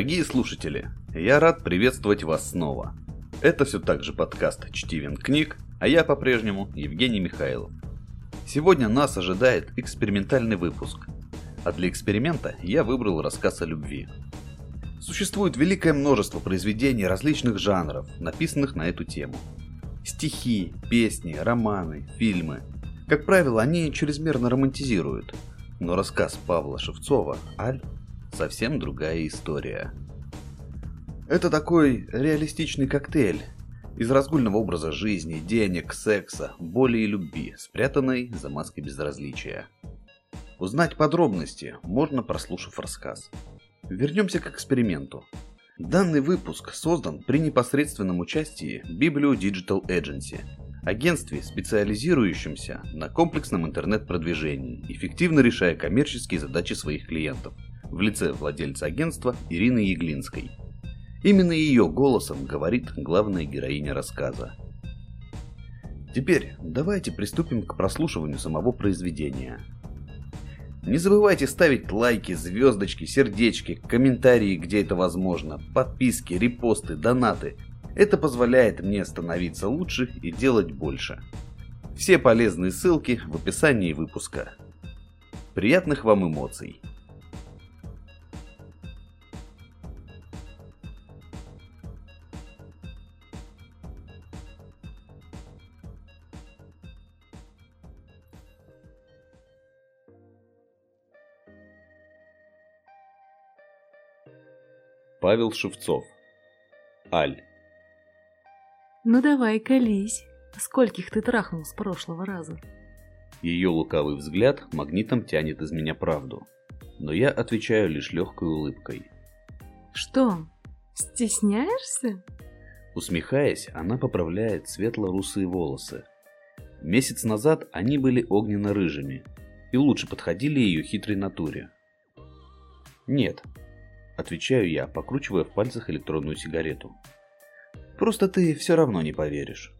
Дорогие слушатели, я рад приветствовать вас снова. Это все так же подкаст «Чтивен книг», а я по-прежнему Евгений Михайлов. Сегодня нас ожидает экспериментальный выпуск, а для эксперимента я выбрал рассказ о любви. Существует великое множество произведений различных жанров, написанных на эту тему. Стихи, песни, романы, фильмы. Как правило, они чрезмерно романтизируют, но рассказ Павла Шевцова «Аль» совсем другая история. Это такой реалистичный коктейль из разгульного образа жизни, денег, секса, боли и любви, спрятанной за маской безразличия. Узнать подробности можно, прослушав рассказ. Вернемся к эксперименту. Данный выпуск создан при непосредственном участии Biblio Digital Agency, агентстве, специализирующемся на комплексном интернет-продвижении, эффективно решая коммерческие задачи своих клиентов, в лице владельца агентства Ирины Яглинской. Именно ее голосом говорит главная героиня рассказа. Теперь давайте приступим к прослушиванию самого произведения. Не забывайте ставить лайки, звездочки, сердечки, комментарии, где это возможно, подписки, репосты, донаты. Это позволяет мне становиться лучше и делать больше. Все полезные ссылки в описании выпуска. Приятных вам эмоций! Павел Шевцов. Аль. Ну давай, колись. Скольких ты трахнул с прошлого раза? Ее лукавый взгляд магнитом тянет из меня правду, но я отвечаю лишь легкой улыбкой. Что, стесняешься? Усмехаясь, она поправляет светло-русые волосы. Месяц назад они были огненно-рыжими и лучше подходили ее хитрой натуре. Нет. Отвечаю я, покручивая в пальцах электронную сигарету. Просто ты все равно не поверишь.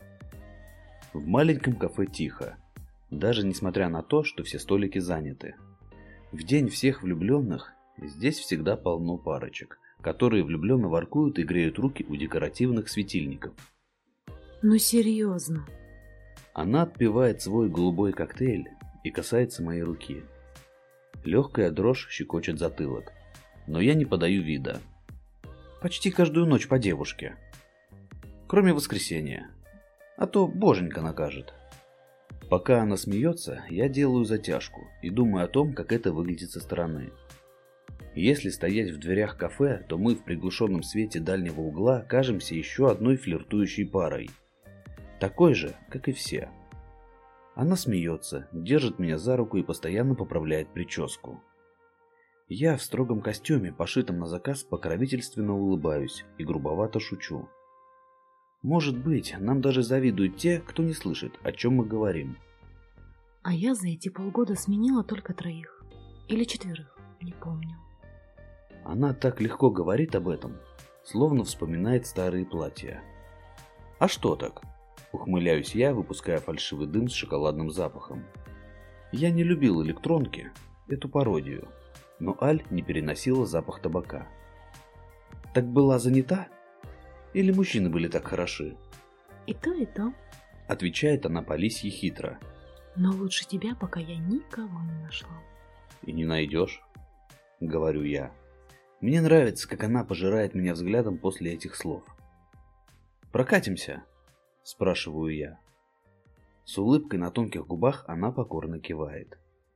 В маленьком кафе тихо, даже несмотря на то, что все столики заняты. В день всех влюбленных здесь всегда полно парочек, которые влюбленно воркуют и греют руки у декоративных светильников. Ну серьезно. Она отпивает свой голубой коктейль и касается моей руки. Легкая дрожь щекочет затылок. Но я не подаю вида. Почти каждую ночь по девушке. Кроме воскресенья. А то боженька накажет. Пока она смеется, я делаю затяжку и думаю о том, как это выглядит со стороны. Если стоять в дверях кафе, то мы в приглушенном свете дальнего угла кажемся еще одной флиртующей парой. Такой же, как и все. Она смеется, держит меня за руку и постоянно поправляет прическу. Я в строгом костюме, пошитом на заказ, покровительственно улыбаюсь и грубовато шучу. Может быть, нам даже завидуют те, кто не слышит, о чем мы говорим. А я за эти полгода сменила только 3. Или 4, не помню. Она так легко говорит об этом, словно вспоминает старые платья. А что так? Ухмыляюсь я, выпуская фальшивый дым с шоколадным запахом. Я не любил электронки, эту пародию. Но Аль не переносила запах табака. Так была занята? Или мужчины были так хороши? И то, и то. Отвечает она по лисьи хитро. Но лучше тебя пока я никого не нашла. И не найдешь, говорю я. Мне нравится, как она пожирает меня взглядом после этих слов. Прокатимся? Спрашиваю я. С улыбкой на тонких губах она покорно кивает.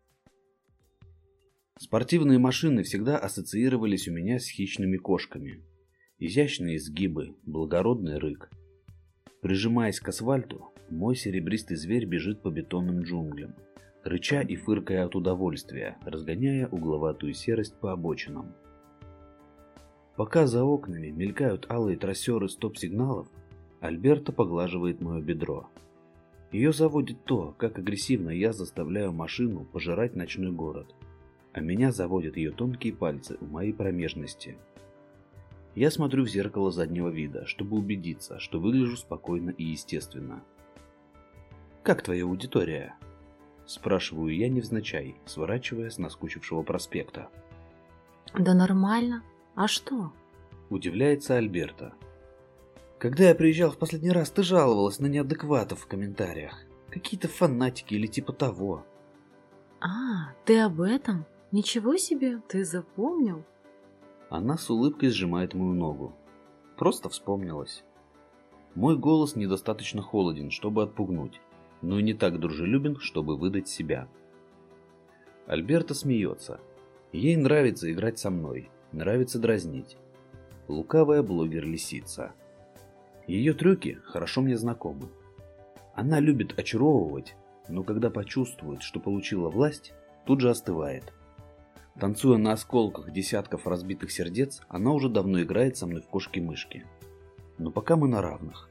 Спортивные машины всегда ассоциировались у меня с хищными кошками. Изящные изгибы, благородный рык. Прижимаясь к асфальту, мой серебристый зверь бежит по бетонным джунглям, рыча и фыркая от удовольствия, разгоняя угловатую серость по обочинам. Пока за окнами мелькают алые трассеры стоп-сигналов, Альберта поглаживает мое бедро. Ее заводит то, как агрессивно я заставляю машину пожирать ночной город. А меня заводят ее тонкие пальцы у моей промежности. Я смотрю в зеркало заднего вида, чтобы убедиться, что выгляжу спокойно и естественно. «Как твоя аудитория?» Спрашиваю я невзначай, сворачивая с наскучившего проспекта. Да нормально. А что? Удивляется Альберта. Когда я приезжал в последний раз, ты жаловалась на неадекватов в комментариях. Какие-то фанатики или типа того. А, ты об этом? Ничего себе, ты запомнил? Она с улыбкой сжимает мою ногу. Просто вспомнилась. Мой голос недостаточно холоден, чтобы отпугнуть, но и не так дружелюбен, чтобы выдать себя. Альберта смеется. Ей нравится играть со мной, нравится дразнить. Лукавая блогер-лисица. Ее трюки хорошо мне знакомы. Она любит очаровывать, но когда почувствует, что получила власть, тут же остывает. Танцуя на осколках десятков разбитых сердец, она уже давно играет со мной в кошки-мышки. Но пока мы на равных.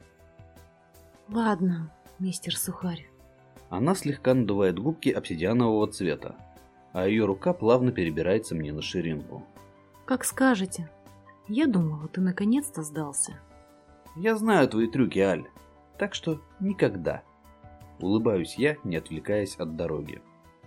Ладно, мистер Сухарь. Она слегка надувает губки обсидианового цвета, а ее рука плавно перебирается мне на ширинку. Как скажете. Я думала, ты наконец-то сдался. Я знаю твои трюки, Аль, так что никогда. Улыбаюсь я, не отвлекаясь от дороги.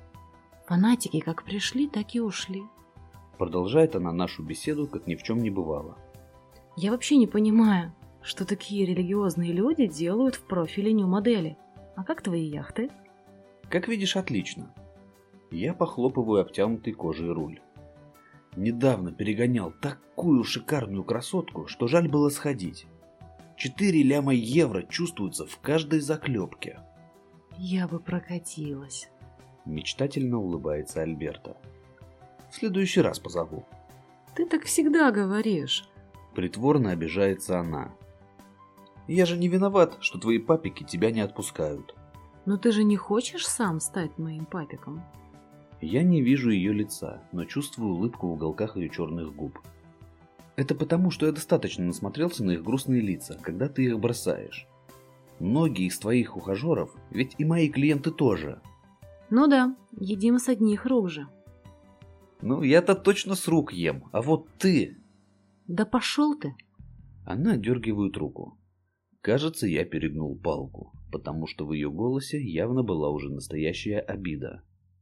Фанатики как пришли, так и ушли. Продолжает она нашу беседу, как ни в чем не бывало. Я вообще не понимаю, что такие религиозные люди делают в профиле нью-модели. А как твои яхты? Как видишь, отлично. Я похлопываю обтянутый кожей руль. Недавно перегонял такую шикарную красотку, что жаль было сходить. 4 ляма евро чувствуются в каждой заклепке. Я бы прокатилась. Мечтательно улыбается Альберта. В следующий раз позову. Ты так всегда говоришь. Притворно обижается она. Я же не виноват, что твои папики тебя не отпускают. Но ты же не хочешь сам стать моим папиком? Я не вижу ее лица, но чувствую улыбку в уголках ее черных губ. Это потому, что я достаточно насмотрелся на их грустные лица, когда ты их бросаешь. Многие из твоих ухажеров, ведь и мои клиенты тоже. Ну да, едим с одних рук же. Ну, я-то точно с рук ем, а вот ты... Да пошел ты. Она дергивает руку. Кажется, я перегнул палку, потому что в ее голосе явно была уже настоящая обида.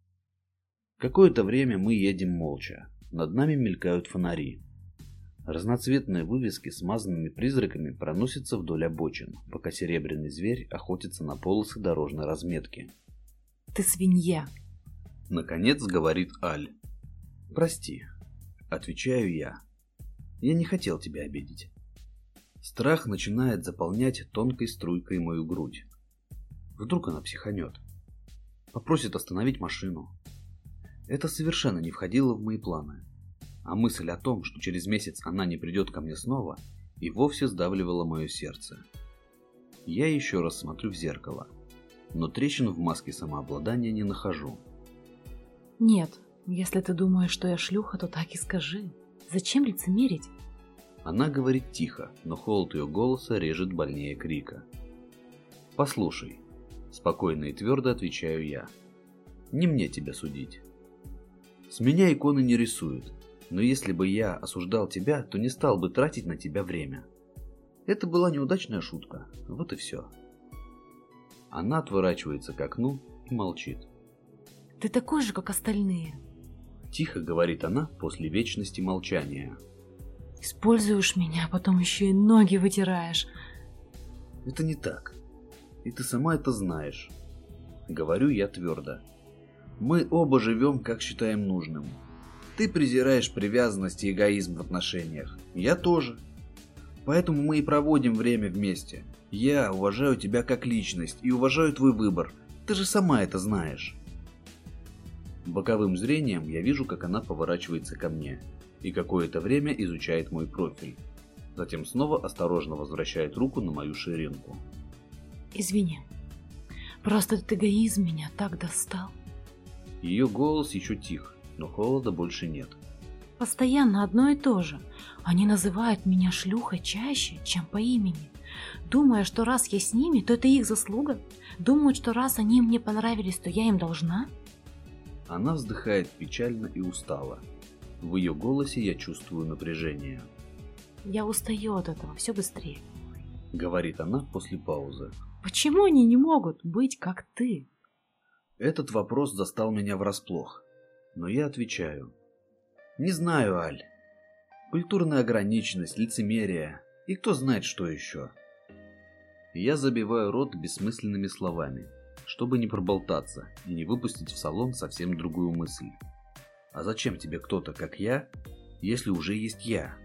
Какое-то время мы едем молча. Над нами мелькают фонари. Разноцветные вывески с смазанными призраками проносятся вдоль обочин, пока серебряный зверь охотится на полосы дорожной разметки. Ты свинья. Наконец говорит Аль. Прости, отвечаю я. Я не хотел тебя обидеть. Страх начинает заполнять тонкой струйкой мою грудь. Вдруг она психанет. Попросит остановить машину. Это совершенно не входило в мои планы. А мысль о том, что через месяц она не придет ко мне снова, и вовсе сдавливала мое сердце. Я еще раз смотрю в зеркало, но трещин в маске самообладания не нахожу. Нет, если ты думаешь, что я шлюха, то так и скажи. Зачем лицемерить? Она говорит тихо, но холод ее голоса режет больнее крика. Послушай, спокойно и твердо отвечаю я. Не мне тебя судить. С меня иконы не рисуют, но если бы я осуждал тебя, то не стал бы тратить на тебя время. Это была неудачная шутка, вот и все. Она отворачивается к окну и молчит. Ты такой же, как остальные. Тихо говорит она после вечности молчания. Используешь меня, а потом еще и ноги вытираешь. Это не так. И ты сама это знаешь. Говорю я твердо. Мы оба живем, как считаем нужным. Ты презираешь привязанность и эгоизм в отношениях. Я тоже. Поэтому мы и проводим время вместе. Я уважаю тебя как личность и уважаю твой выбор. Ты же сама это знаешь. Боковым зрением я вижу, как она поворачивается ко мне и какое-то время изучает мой профиль. Затем снова осторожно возвращает руку на мою ширинку. Извини. Просто этот эгоизм меня так достал. Ее голос еще тих, но холода больше нет. Постоянно одно и то же. Они называют меня шлюхой чаще, чем по имени. Думая, что раз я с ними, то это их заслуга. Думают, что раз они мне понравились, то я им должна. Она вздыхает печально и устало. В ее голосе я чувствую напряжение. Я устаю от этого, все быстрее. Говорит она после паузы. Почему они не могут быть как ты? Этот вопрос застал меня врасплох, но я отвечаю. Не знаю, Аль. Культурная ограниченность, лицемерие и кто знает что еще. Я забиваю рот бессмысленными словами, чтобы не проболтаться и не выпустить в салон совсем другую мысль. А зачем тебе кто-то, как я, если уже есть я?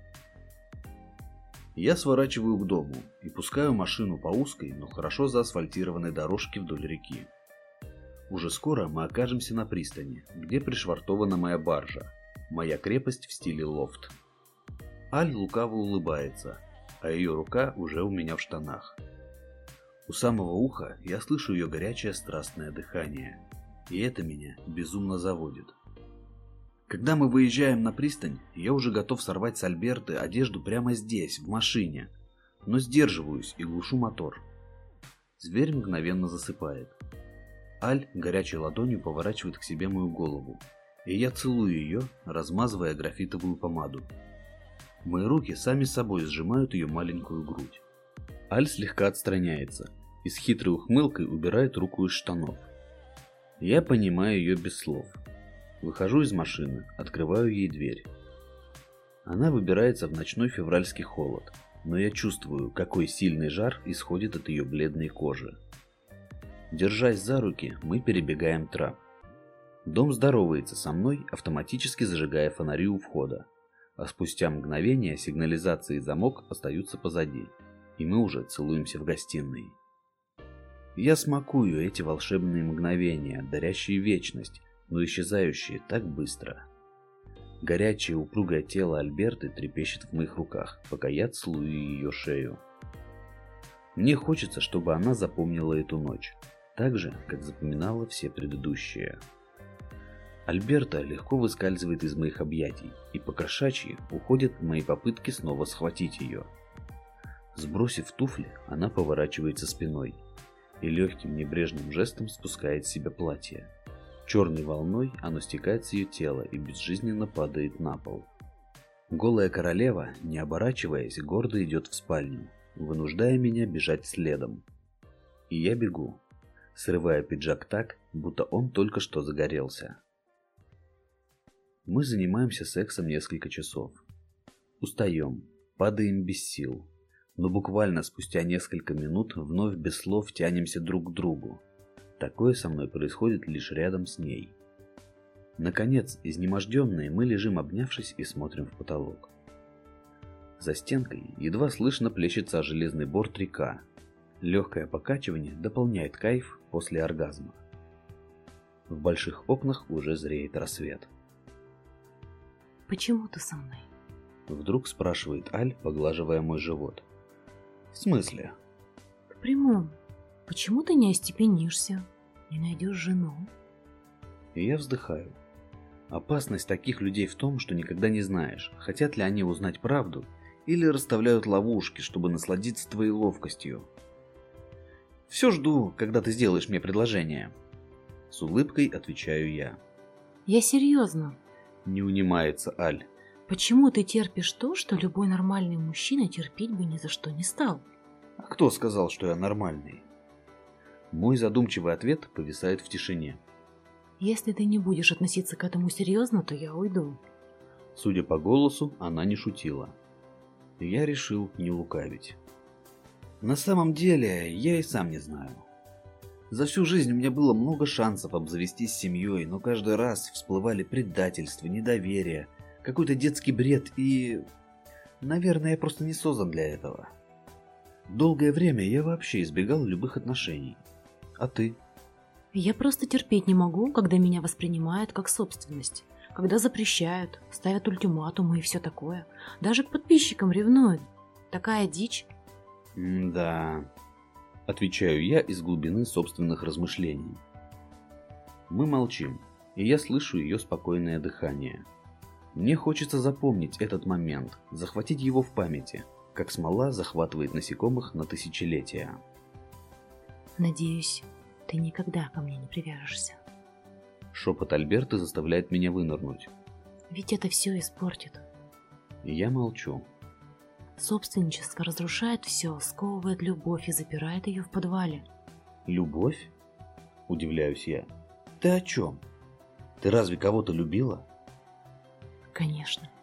Я сворачиваю к дому и пускаю машину по узкой, но хорошо заасфальтированной дорожке вдоль реки. Уже скоро мы окажемся на пристани, где пришвартована моя баржа, моя крепость в стиле лофт. Аль лукаво улыбается, а ее рука уже у меня в штанах. У самого уха я слышу ее горячее страстное дыхание, и это меня безумно заводит. Когда мы выезжаем на пристань, я уже готов сорвать с Альберты одежду прямо здесь, в машине, но сдерживаюсь и глушу мотор. Зверь мгновенно засыпает. Аль горячей ладонью поворачивает к себе мою голову, и я целую ее, размазывая графитовую помаду. Мои руки сами собой сжимают ее маленькую грудь. Аль слегка отстраняется и с хитрой ухмылкой убирает руку из штанов. Я понимаю ее без слов. Выхожу из машины, открываю ей дверь. Она выбирается в ночной февральский холод, но я чувствую, какой сильный жар исходит от ее бледной кожи. Держась за руки, мы перебегаем трап. Дом здоровается со мной, автоматически зажигая фонари у входа, а спустя мгновение сигнализация и замок остаются позади, и мы уже целуемся в гостиной. Я смакую эти волшебные мгновения, дарящие вечность, но исчезающие так быстро. Горячее упругое тело Альберты трепещет в моих руках, пока я целую ее шею. Мне хочется, чтобы она запомнила эту ночь, так же, как запоминала все предыдущие. Альберта легко выскальзывает из моих объятий и покошачьи уходит в мои попытки снова схватить ее. Сбросив туфли, она поворачивается спиной и легким небрежным жестом спускает с себя платье. Черной волной оно стекает с ее тела и безжизненно падает на пол. Голая королева, не оборачиваясь, гордо идет в спальню, вынуждая меня бежать следом. И я бегу, срывая пиджак так, будто он только что загорелся. Мы занимаемся сексом несколько часов. Устаем, падаем без сил, но буквально спустя несколько минут вновь без слов тянемся друг к другу. Такое со мной происходит лишь рядом с ней. Наконец, изнеможденные, мы лежим обнявшись и смотрим в потолок. За стенкой едва слышно плещется о железный борт река. Легкое покачивание дополняет кайф после оргазма. В больших окнах уже зреет рассвет. Почему ты со мной? Вдруг спрашивает Аль, поглаживая мой живот. В смысле? В прямом. Почему ты не остепенишься? Не найдешь жену? И я вздыхаю. Опасность таких людей в том, что никогда не знаешь, хотят ли они узнать правду или расставляют ловушки, чтобы насладиться твоей ловкостью. Все жду, когда ты сделаешь мне предложение. С улыбкой отвечаю я. Я серьезно. Не унимается Аль. Почему ты терпишь то, что любой нормальный мужчина терпеть бы ни за что не стал? А кто сказал, что я нормальный? Мой задумчивый ответ повисает в тишине. Если ты не будешь относиться к этому серьезно, то я уйду. Судя по голосу, она не шутила. Я решил не лукавить. На самом деле, я и сам не знаю. За всю жизнь у меня было много шансов обзавестись семьей, но каждый раз всплывали предательство, недоверие, какой-то детский бред и... Наверное, я просто не создан для этого. Долгое время я вообще избегал любых отношений. А ты? Я просто терпеть не могу, когда меня воспринимают как собственность. Когда запрещают, ставят ультиматумы и все такое. Даже к подписчикам ревнуют. Такая дичь. Да, отвечаю я из глубины собственных размышлений. Мы молчим, и я слышу ее спокойное дыхание. Мне хочется запомнить этот момент, захватить его в памяти, как смола захватывает насекомых на тысячелетия. Надеюсь, ты никогда ко мне не привяжешься. Шепот Альберты заставляет меня вынырнуть. Ведь это все испортит. И я молчу. Собственничество разрушает все, сковывает любовь и запирает ее в подвале. Любовь? Удивляюсь я. Ты о чем? Ты разве кого-то любила? Конечно.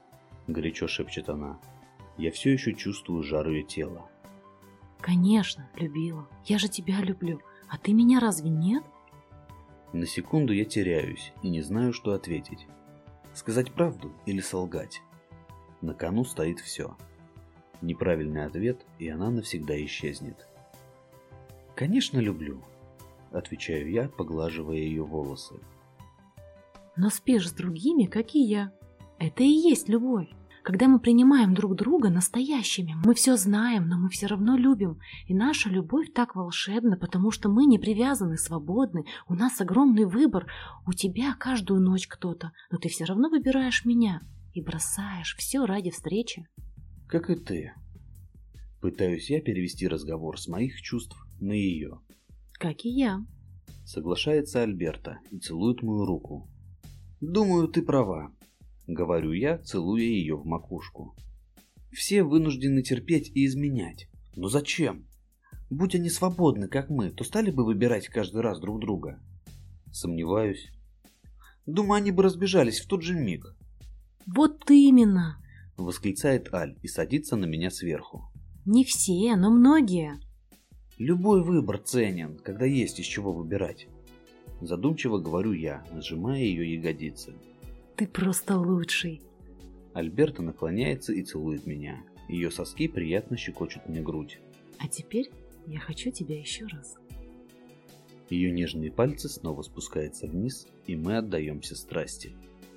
— горячо шепчет она. Я все еще чувствую жар ее тела. Конечно, любила. Я же тебя люблю. А ты меня разве нет? На секунду я теряюсь и не знаю, что ответить. Сказать правду или солгать? На кону стоит все. Неправильный ответ, и она навсегда исчезнет. «Конечно, люблю», — отвечаю я, поглаживая ее волосы. Но спишь с другими, как и я. Это и есть любовь. Когда мы принимаем друг друга настоящими, мы все знаем, но мы все равно любим. И наша любовь так волшебна, потому что мы не привязаны, свободны. У нас огромный выбор. У тебя каждую ночь кто-то, но ты все равно выбираешь меня и бросаешь все ради встречи. Как и ты. Пытаюсь я перевести разговор с моих чувств на ее. Как и я. Соглашается Альберта и целует мою руку. Думаю, ты права. Говорю я, целуя ее в макушку. Все вынуждены терпеть и изменять. Но зачем? Будь они свободны, как мы, то стали бы выбирать каждый раз друг друга. Сомневаюсь. Думаю, они бы разбежались в тот же миг. Вот именно! Восклицает Аль и садится на меня сверху. Не все, но многие. Любой выбор ценен, когда есть из чего выбирать. Задумчиво говорю я, сжимая ее ягодицы. Ты просто лучший. Альберта наклоняется и целует меня. Ее соски приятно щекочут мне грудь. А теперь я хочу тебя еще раз. Ее нежные пальцы снова спускаются вниз, и мы отдаемся страсти.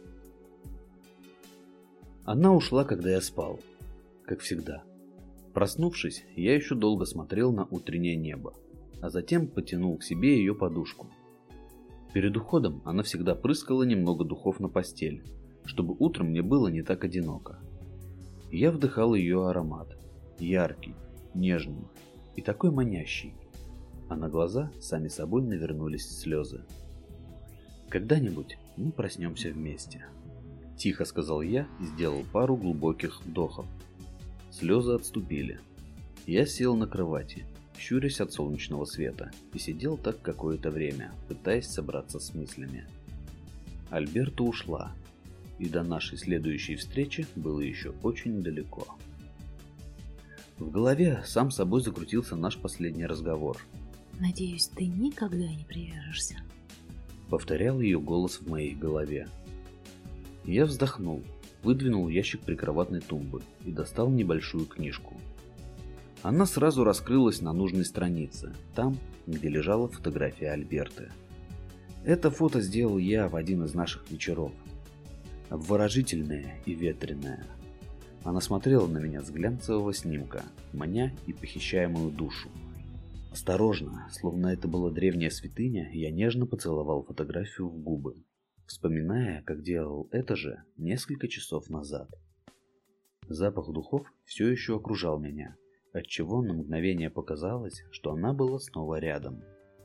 Она ушла, когда я спал, как всегда. Проснувшись, я еще долго смотрел на утреннее небо, а затем потянул к себе ее подушку. Перед уходом она всегда прыскала немного духов на постель, чтобы утром мне было не так одиноко. Я вдыхал ее аромат, яркий, нежный и такой манящий, а на глаза сами собой навернулись слезы. «Когда-нибудь мы проснемся вместе», — тихо сказал я и сделал пару глубоких вдохов. Слезы отступили. Я сел на кровати, щурясь от солнечного света, и сидел так какое-то время, пытаясь собраться с мыслями. Альберта ушла, и до нашей следующей встречи было еще очень далеко. В голове сам собой закрутился наш последний разговор. «Надеюсь, ты никогда не привяжешься», — повторял ее голос в моей голове. Я вздохнул, выдвинул ящик прикроватной тумбы и достал небольшую книжку. Она сразу раскрылась на нужной странице, там, где лежала фотография Альберты. Это фото сделал я в один из наших вечеров. Обворожительное и ветреное. Она смотрела на меня с глянцевого снимка, маня и похищая мою душу. Осторожно, словно это была древняя святыня, я нежно поцеловал фотографию в губы, вспоминая, как делал это же несколько часов назад. Запах духов все еще окружал меня, отчего на мгновение показалось, что она была снова рядом.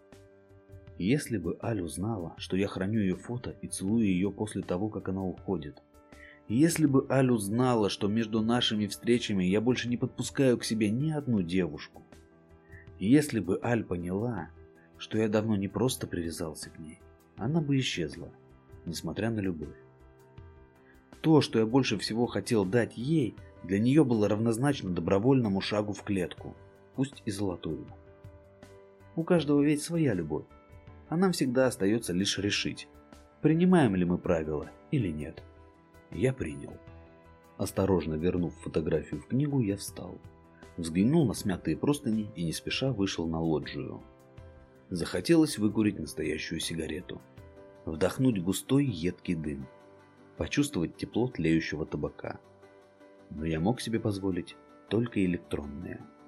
Если бы Аль узнала, что я храню ее фото и целую ее после того, как она уходит, если бы Аль узнала, что между нашими встречами я больше не подпускаю к себе ни одну девушку, если бы Аль поняла, что я давно не просто привязался к ней, она бы исчезла, несмотря на любовь. То, что я больше всего хотел дать ей, для нее было равнозначно добровольному шагу в клетку, пусть и золотую. У каждого ведь своя любовь, а нам всегда остается лишь решить, принимаем ли мы правила или нет. Я принял. Осторожно вернув фотографию в книгу, я встал, взглянул на смятые простыни и не спеша вышел на лоджию. Захотелось выкурить настоящую сигарету, вдохнуть густой едкий дым, почувствовать тепло тлеющего табака. Но я мог себе позволить только электронные.